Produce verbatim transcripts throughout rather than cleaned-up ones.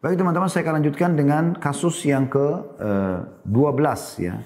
Baik teman-teman, saya akan lanjutkan dengan kasus yang ke dua belas ya.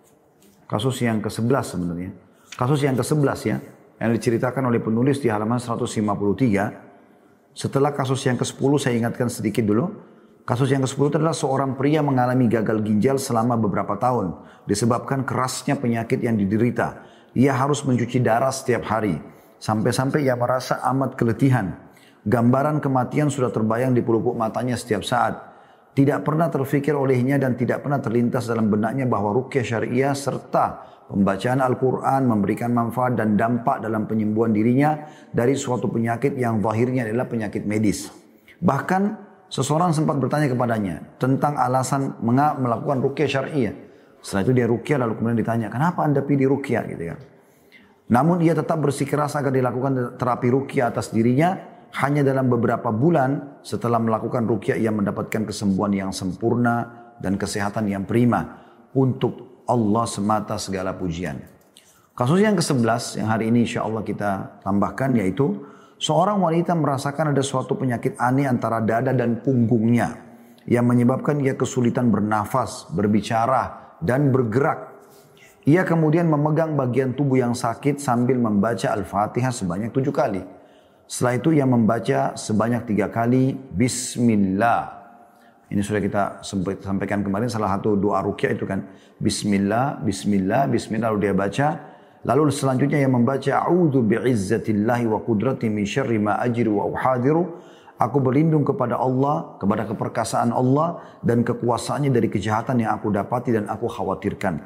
Kasus yang ke sebelas sebenarnya. Kasus yang ke sebelas ya, yang diceritakan oleh penulis di halaman seratus lima puluh tiga. Setelah kasus yang ke sepuluh saya ingatkan sedikit dulu. Kasus yang ke sepuluh itu adalah seorang pria mengalami gagal ginjal selama beberapa tahun. Disebabkan kerasnya penyakit yang diderita. Ia harus mencuci darah setiap hari. Sampai-sampai ia merasa amat keletihan. Gambaran kematian sudah terbayang di pelupuk matanya setiap saat. Tidak pernah terfikir olehnya dan tidak pernah terlintas dalam benaknya bahwa ruqyah syariah serta pembacaan Al-Quran memberikan manfaat dan dampak dalam penyembuhan dirinya dari suatu penyakit yang zahirnya adalah penyakit medis. Bahkan seseorang sempat bertanya kepadanya tentang alasan melakukan ruqyah syariah. Setelah itu dia ruqyah lalu kemudian ditanya, kenapa anda pilih ruqyah gitu ya. Namun ia tetap bersikeras agar dilakukan terapi ruqyah atas dirinya. Hanya dalam beberapa bulan setelah melakukan ruqyah ia mendapatkan kesembuhan yang sempurna dan kesehatan yang prima. Untuk Allah semata segala pujian. Kasus yang ke sebelas yang hari ini insya Allah kita tambahkan yaitu seorang wanita merasakan ada suatu penyakit aneh antara dada dan punggungnya yang menyebabkan ia kesulitan bernafas, berbicara dan bergerak. Ia kemudian memegang bagian tubuh yang sakit sambil membaca Al-Fatihah sebanyak tujuh kali. Setelah itu ia membaca sebanyak tiga kali Bismillah. Ini sudah kita sampaikan kemarin salah satu doa ruqyah itu kan. Bismillah, Bismillah, Bismillah lalu dia baca. Lalu selanjutnya ia membaca A'udzu bi'izzatillahi wa qudrati min syarri ma ajri wa uhadiru. Aku berlindung kepada Allah, kepada keperkasaan Allah dan kekuasaannya dari kejahatan yang aku dapati dan aku khawatirkan.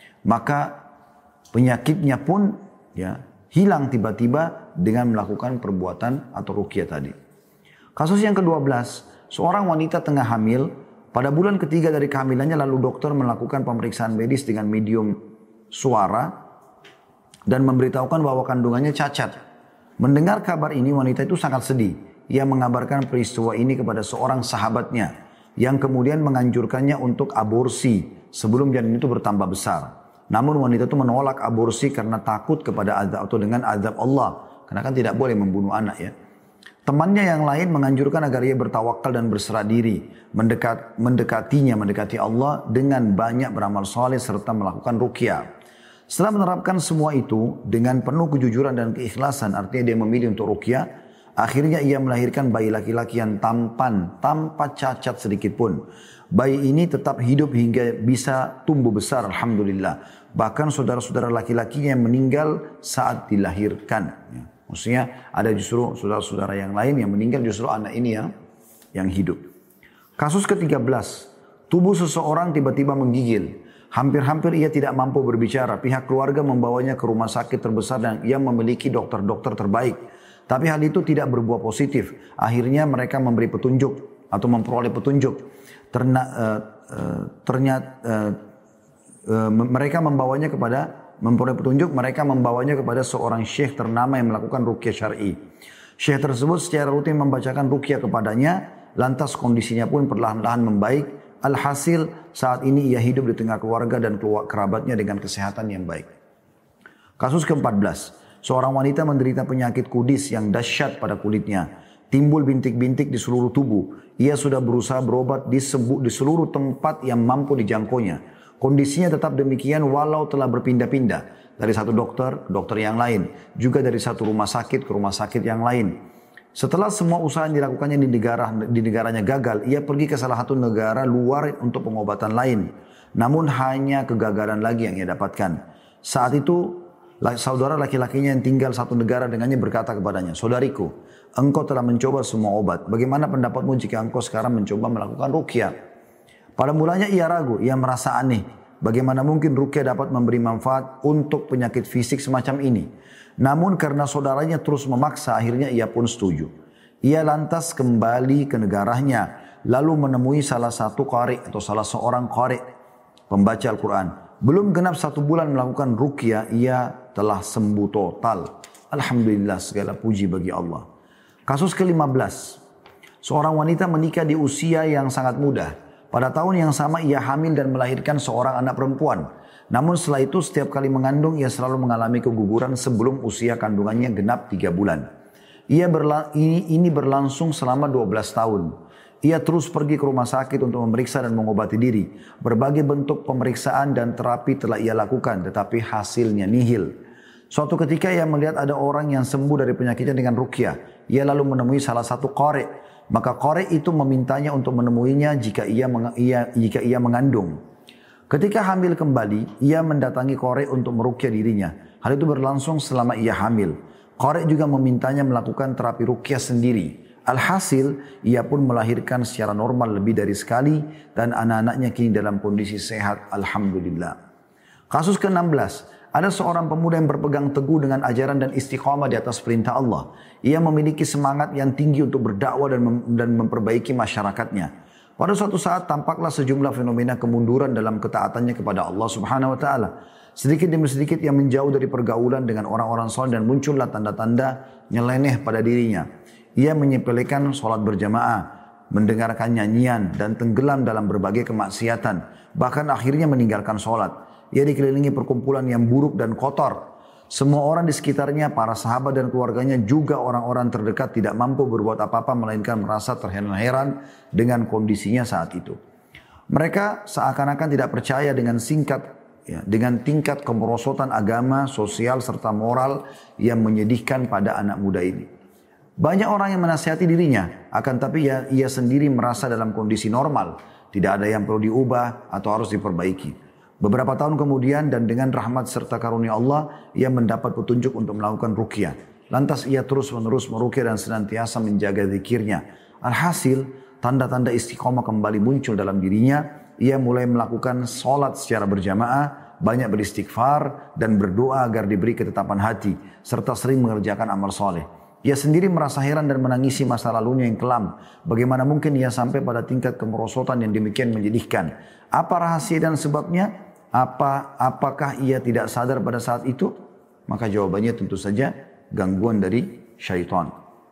Maka penyakitnya pun ya hilang tiba-tiba dengan melakukan perbuatan atau ruqyah tadi. Kasus yang kedua belas, seorang wanita tengah hamil. Pada bulan ketiga dari kehamilannya lalu dokter melakukan pemeriksaan medis dengan medium suara dan memberitahukan bahwa kandungannya cacat. Mendengar kabar ini wanita itu sangat sedih. Ia mengabarkan peristiwa ini kepada seorang sahabatnya yang kemudian menganjurkannya untuk aborsi sebelum janin itu bertambah besar. Namun wanita itu menolak aborsi karena takut kepada azab atau dengan azab Allah. Karena kan tidak boleh membunuh anak ya. Temannya yang lain menganjurkan agar ia bertawakal dan berserah diri. Mendekat, mendekatinya, mendekati Allah dengan banyak beramal soleh serta melakukan ruqyah. Setelah menerapkan semua itu dengan penuh kejujuran dan keikhlasan. Artinya dia memilih untuk ruqyah. Akhirnya ia melahirkan bayi laki-laki yang tampan tanpa cacat sedikit pun. Bayi ini tetap hidup hingga bisa tumbuh besar, alhamdulillah. Bahkan saudara-saudara laki-lakinya yang meninggal saat dilahirkan. Ya. Maksudnya ada justru saudara-saudara yang lain yang meninggal, justru anak ini yang, yang hidup. Kasus ke tiga belas, tubuh seseorang tiba-tiba menggigil. Hampir-hampir ia tidak mampu berbicara. Pihak keluarga membawanya ke rumah sakit terbesar dan ia memiliki dokter-dokter terbaik. Tapi hal itu tidak berbuah positif. Akhirnya mereka memberi petunjuk atau memperoleh petunjuk. Terna, uh, uh, ternyata uh, uh, mereka membawanya kepada memperoleh petunjuk. Mereka membawanya kepada seorang syekh ternama yang melakukan ruqyah syar'i. Syekh tersebut secara rutin membacakan ruqyah kepadanya. Lantas kondisinya pun perlahan-lahan membaik. Alhasil saat ini ia hidup di tengah keluarga dan kerabatnya dengan kesehatan yang baik. Kasus ke empat belas. Seorang wanita menderita penyakit kudis yang dahsyat pada kulitnya. Timbul bintik-bintik di seluruh tubuh. Ia sudah berusaha berobat di, sebu, di seluruh tempat yang mampu dijangkaunya. Kondisinya tetap demikian walau telah berpindah-pindah. Dari satu dokter ke dokter yang lain. Juga dari satu rumah sakit ke rumah sakit yang lain. Setelah semua usaha yang dilakukannya di, negara, di negaranya gagal, ia pergi ke salah satu negara luar untuk pengobatan lain. Namun hanya kegagalan lagi yang ia dapatkan. Saat itu saudara laki-lakinya yang tinggal satu negara dengannya berkata kepadanya, saudariku, engkau telah mencoba semua obat. Bagaimana pendapatmu jika engkau sekarang mencoba melakukan ruqyah? Pada mulanya ia ragu, ia merasa aneh. Bagaimana mungkin ruqyah dapat memberi manfaat untuk penyakit fisik semacam ini? Namun karena saudaranya terus memaksa, akhirnya ia pun setuju. Ia lantas kembali ke negaranya, lalu menemui salah satu qari atau salah seorang qari, pembaca Al-Quran. Belum genap satu bulan melakukan ruqyah, ia telah sembuh total. Alhamdulillah, segala puji bagi Allah. Kasus ke lima belas. Seorang wanita menikah di usia yang sangat muda. Pada tahun yang sama ia hamil dan melahirkan seorang anak perempuan. Namun setelah itu setiap kali mengandung ia selalu mengalami keguguran sebelum usia kandungannya genap tiga bulan. Ia berla- ini, ini berlangsung selama dua belas tahun. Ia terus pergi ke rumah sakit untuk memeriksa dan mengobati diri. Berbagai bentuk pemeriksaan dan terapi telah ia lakukan, tetapi hasilnya nihil. Suatu ketika ia melihat ada orang yang sembuh dari penyakitnya dengan ruqyah. Ia lalu menemui salah satu qari. Maka qari itu memintanya untuk menemuinya jika ia, ia, jika ia mengandung. Ketika hamil kembali, ia mendatangi qari untuk meruqyah dirinya. Hal itu berlangsung selama ia hamil. Qari juga memintanya melakukan terapi ruqyah sendiri. Alhasil, ia pun melahirkan secara normal lebih dari sekali dan anak-anaknya kini dalam kondisi sehat, alhamdulillah. Kasus ke enam belas, ada seorang pemuda yang berpegang teguh dengan ajaran dan istiqamah di atas perintah Allah. Ia memiliki semangat yang tinggi untuk berdakwah dan, mem dan memperbaiki masyarakatnya. Pada suatu saat tampaklah sejumlah fenomena kemunduran dalam ketaatannya kepada Allah Subhanahu wa taala. Sedikit demi sedikit ia menjauh dari pergaulan dengan orang-orang saleh dan muncullah tanda-tanda nyeleneh pada dirinya. Ia menyepelekan sholat berjamaah, mendengarkan nyanyian, dan tenggelam dalam berbagai kemaksiatan. Bahkan akhirnya meninggalkan sholat. Ia dikelilingi perkumpulan yang buruk dan kotor. Semua orang di sekitarnya, para sahabat dan keluarganya, juga orang-orang terdekat tidak mampu berbuat apa-apa, melainkan merasa terheran-heran dengan kondisinya saat itu. Mereka seakan-akan tidak percaya dengan singkat, ya, dengan tingkat kemerosotan agama, sosial, serta moral yang menyedihkan pada anak muda ini. Banyak orang yang menasihati dirinya, akan tapi ia, ia sendiri merasa dalam kondisi normal. Tidak ada yang perlu diubah atau harus diperbaiki. Beberapa tahun kemudian dan dengan rahmat serta karunia Allah, ia mendapat petunjuk untuk melakukan ruqyah. Lantas ia terus menerus meruqyah dan senantiasa menjaga zikirnya. Alhasil, tanda-tanda istiqomah kembali muncul dalam dirinya. Ia mulai melakukan sholat secara berjamaah, banyak beristighfar dan berdoa agar diberi ketetapan hati, serta sering mengerjakan amal soleh. Ia sendiri merasa heran dan menangisi masa lalunya yang kelam. Bagaimana mungkin ia sampai pada tingkat kemerosotan yang demikian menyedihkan? Apa rahasia dan sebabnya? Apa, apakah ia tidak sadar pada saat itu? Maka jawabannya tentu saja gangguan dari syaitan.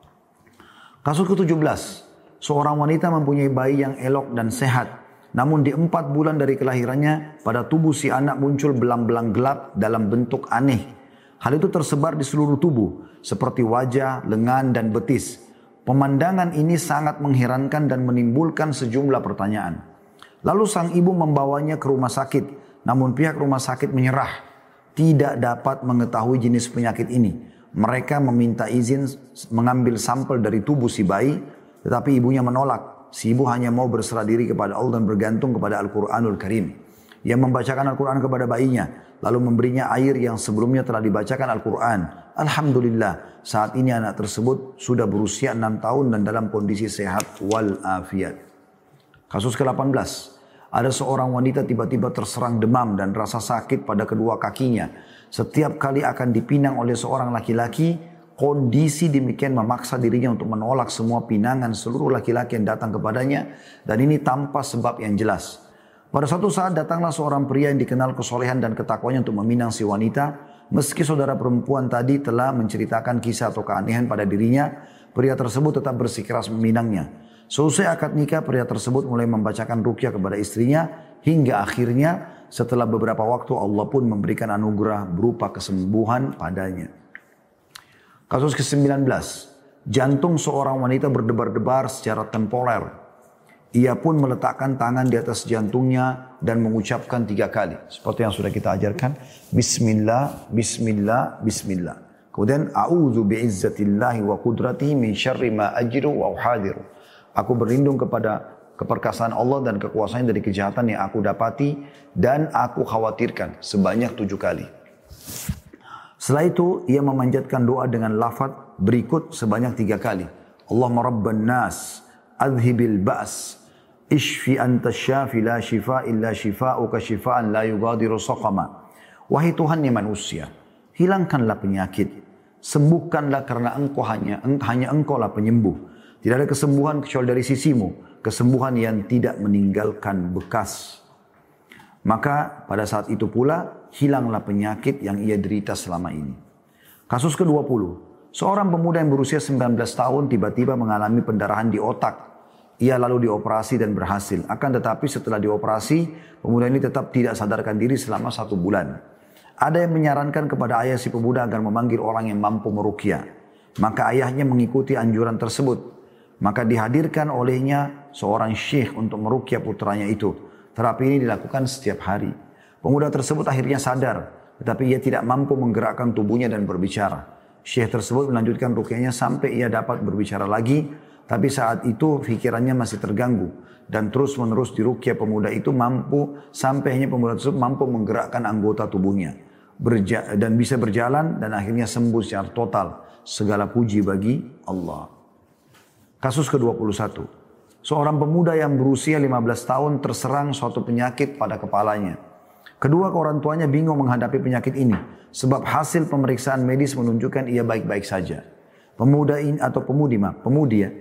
Kasus ke tujuh belas. Seorang wanita mempunyai bayi yang elok dan sehat. Namun di empat bulan dari kelahirannya, pada tubuh si anak muncul belang-belang gelap dalam bentuk aneh. Hal itu tersebar di seluruh tubuh, seperti wajah, lengan, dan betis. Pemandangan ini sangat mengherankan dan menimbulkan sejumlah pertanyaan. Lalu sang ibu membawanya ke rumah sakit, namun pihak rumah sakit menyerah. Tidak dapat mengetahui jenis penyakit ini. Mereka meminta izin mengambil sampel dari tubuh si bayi, tetapi ibunya menolak. Si ibu hanya mau berserah diri kepada Allah dan bergantung kepada Al-Quranul Karim. Ia membacakan Al-Quran kepada bayinya, lalu memberinya air yang sebelumnya telah dibacakan Al-Quran. Alhamdulillah, saat ini anak tersebut sudah berusia enam tahun dan dalam kondisi sehat walafiat. Kasus ke delapan belas. Ada seorang wanita tiba-tiba terserang demam dan rasa sakit pada kedua kakinya. Setiap kali akan dipinang oleh seorang laki-laki, kondisi demikian memaksa dirinya untuk menolak semua pinangan seluruh laki-laki yang datang kepadanya, dan ini tanpa sebab yang jelas. Pada suatu saat datanglah seorang pria yang dikenal kesolehan dan ketakwanya untuk meminang si wanita. Meski saudara perempuan tadi telah menceritakan kisah atau keanehan pada dirinya, pria tersebut tetap bersikeras meminangnya. Seusai akad nikah, pria tersebut mulai membacakan ruqyah kepada istrinya, hingga akhirnya setelah beberapa waktu Allah pun memberikan anugerah berupa kesembuhan padanya. Kasus ke sembilan belas. Jantung seorang wanita berdebar-debar secara temporer. Ia pun meletakkan tangan di atas jantungnya dan mengucapkan tiga kali. Seperti yang sudah kita ajarkan. Bismillah, Bismillah, Bismillah. Kemudian, A'udzu bi'izzatillahi wa qudratihi min syarri ma ajidu wa uhadiru. Aku berlindung kepada keperkasaan Allah dan kekuasaannya dari kejahatan yang aku dapati dan aku khawatirkan sebanyak tujuh kali. Setelah itu, ia memanjatkan doa dengan lafaz berikut sebanyak tiga kali. Allahumma rabban nas, adhibil ba's. Ishfi anta syafi la shifa illa shifa'uka shifa'an la yugadiru saqama. Wahai Tuhannya manusia, hilangkanlah penyakit, sembuhkanlah karena engkau hanya, hanya engkau lah penyembuh. Tidak ada kesembuhan kecuali dari sisimu, kesembuhan yang tidak meninggalkan bekas. Maka pada saat itu pula hilanglah penyakit yang ia derita selama ini. Kasus ke dua puluh. Seorang pemuda yang berusia sembilan belas tahun tiba-tiba mengalami pendarahan di otak. Ia lalu dioperasi dan berhasil. Akan tetapi setelah dioperasi, pemuda ini tetap tidak sadarkan diri selama satu bulan. Ada yang menyarankan kepada ayah si pemuda agar memanggil orang yang mampu meruqyah. Maka ayahnya mengikuti anjuran tersebut. Maka dihadirkan olehnya seorang syekh untuk meruqyah putranya itu. Terapi ini dilakukan setiap hari. Pemuda tersebut akhirnya sadar, tetapi ia tidak mampu menggerakkan tubuhnya dan berbicara. Syekh tersebut melanjutkan ruqyahnya sampai ia dapat berbicara lagi, tapi saat itu pikirannya masih terganggu. Dan terus menerus diruqyah pemuda itu mampu, sampai hanya pemuda tersebut mampu menggerakkan anggota tubuhnya. Berja dan bisa berjalan dan akhirnya sembuh secara total. Segala puji bagi Allah. Kasus ke dua puluh satu. Seorang pemuda yang berusia lima belas tahun terserang suatu penyakit pada kepalanya. Kedua orang tuanya bingung menghadapi penyakit ini. Sebab hasil pemeriksaan medis menunjukkan ia baik-baik saja. Pemuda ini atau pemudi mah, pemudi ya.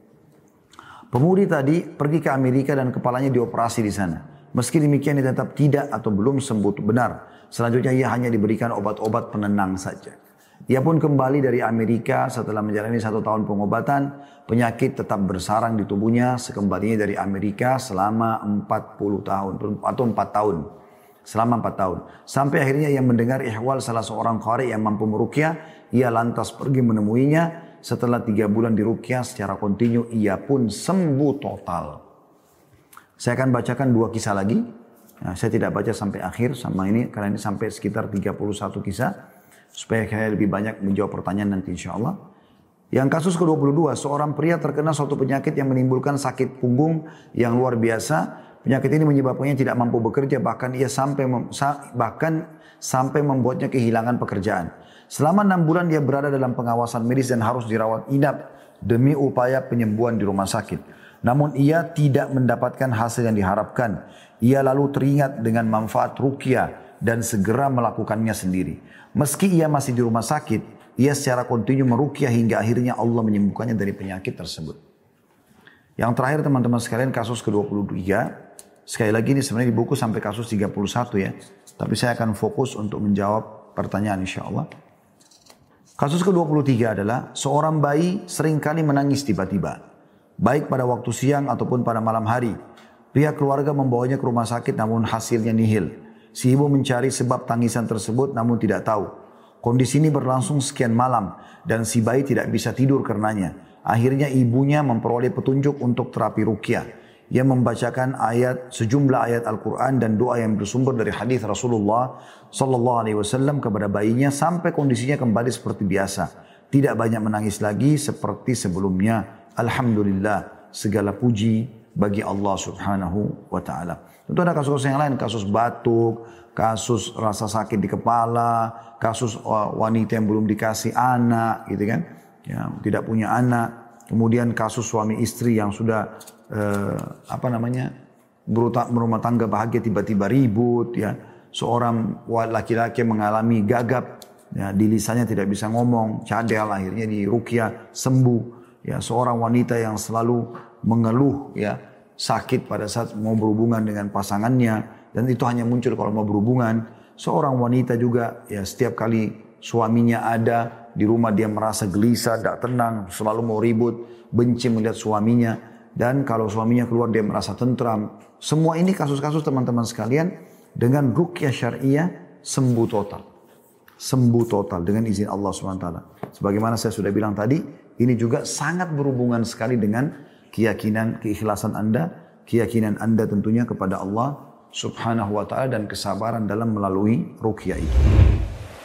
Pemudi tadi pergi ke Amerika dan kepalanya dioperasi di sana. Meski demikian dia tetap tidak atau belum sembuh benar. Selanjutnya ia hanya diberikan obat-obat penenang saja. Ia pun kembali dari Amerika setelah menjalani satu tahun pengobatan. Penyakit tetap bersarang di tubuhnya sekembalinya dari Amerika selama empat puluh tahun atau empat tahun. Selama empat tahun. Sampai akhirnya ia mendengar ihwal salah seorang qari yang mampu meruqyah. Ia lantas pergi menemuinya. Setelah tiga bulan diruqyah secara kontinu, ia pun sembuh total. Saya akan bacakan dua kisah lagi. Nah, saya tidak baca sampai akhir sama ini karena ini sampai sekitar tiga puluh satu kisah. Supaya saya lebih banyak menjawab pertanyaan nanti insya Allah. Yang kasus ke dua puluh dua, seorang pria terkena suatu penyakit yang menimbulkan sakit punggung yang luar biasa. Penyakit ini menyebabkannya tidak mampu bekerja, bahkan ia sampai mem, bahkan sampai membuatnya kehilangan pekerjaan. Selama enam bulan dia berada dalam pengawasan medis dan harus dirawat inap demi upaya penyembuhan di rumah sakit. Namun ia tidak mendapatkan hasil yang diharapkan. Ia lalu teringat dengan manfaat ruqyah dan segera melakukannya sendiri. Meski ia masih di rumah sakit, ia secara kontinu meruqyah hingga akhirnya Allah menyembuhkannya dari penyakit tersebut. Yang terakhir teman-teman sekalian kasus ke dua puluh tiga. Sekali lagi ini sebenarnya di buku sampai kasus tiga puluh satu ya. Tapi saya akan fokus untuk menjawab pertanyaan insya Allah. Kasus ke dua puluh tiga adalah seorang bayi seringkali menangis tiba-tiba. Baik pada waktu siang ataupun pada malam hari. Pihak keluarga membawanya ke rumah sakit namun hasilnya nihil. Si ibu mencari sebab tangisan tersebut namun tidak tahu. Kondisi ini berlangsung sekian malam dan si bayi tidak bisa tidur karenanya. Akhirnya ibunya memperoleh petunjuk untuk terapi ruqyah. Ia membacakan ayat sejumlah ayat Al-Quran dan doa yang bersumber dari hadis Rasulullah Sallallahu Alaihi Wasallam kepada bayinya sampai kondisinya kembali seperti biasa. Tidak banyak menangis lagi seperti sebelumnya. Alhamdulillah, segala puji bagi Allah Subhanahu Wa Taala. Tentu ada kasus-kasus yang lain, kasus batuk, kasus rasa sakit di kepala, kasus wanita yang belum dikasih anak, gitu kan, ya, tidak punya anak. Kemudian kasus suami istri yang sudah eh, apa namanya berumah tangga bahagia tiba-tiba ribut, ya. Seorang laki-laki mengalami gagap, ya, di lisannya tidak bisa ngomong, cadel, akhirnya diruqyah sembuh. Ya, seorang wanita yang selalu mengeluh, ya, sakit pada saat mau berhubungan dengan pasangannya dan itu hanya muncul kalau mau berhubungan. Seorang wanita juga, ya, setiap kali suaminya ada di rumah dia merasa gelisah, tidak tenang, selalu mau ribut, benci melihat suaminya, dan kalau suaminya keluar dia merasa tentram. Semua ini kasus-kasus teman-teman sekalian dengan ruqyah syariah sembuh total. Sembuh total dengan izin Allah subhanahu wa taala. Sebagaimana saya sudah bilang tadi, ini juga sangat berhubungan sekali dengan keyakinan, keikhlasan Anda, keyakinan Anda tentunya kepada Allah Subhanahu wa taala dan kesabaran dalam melalui ruqyah itu.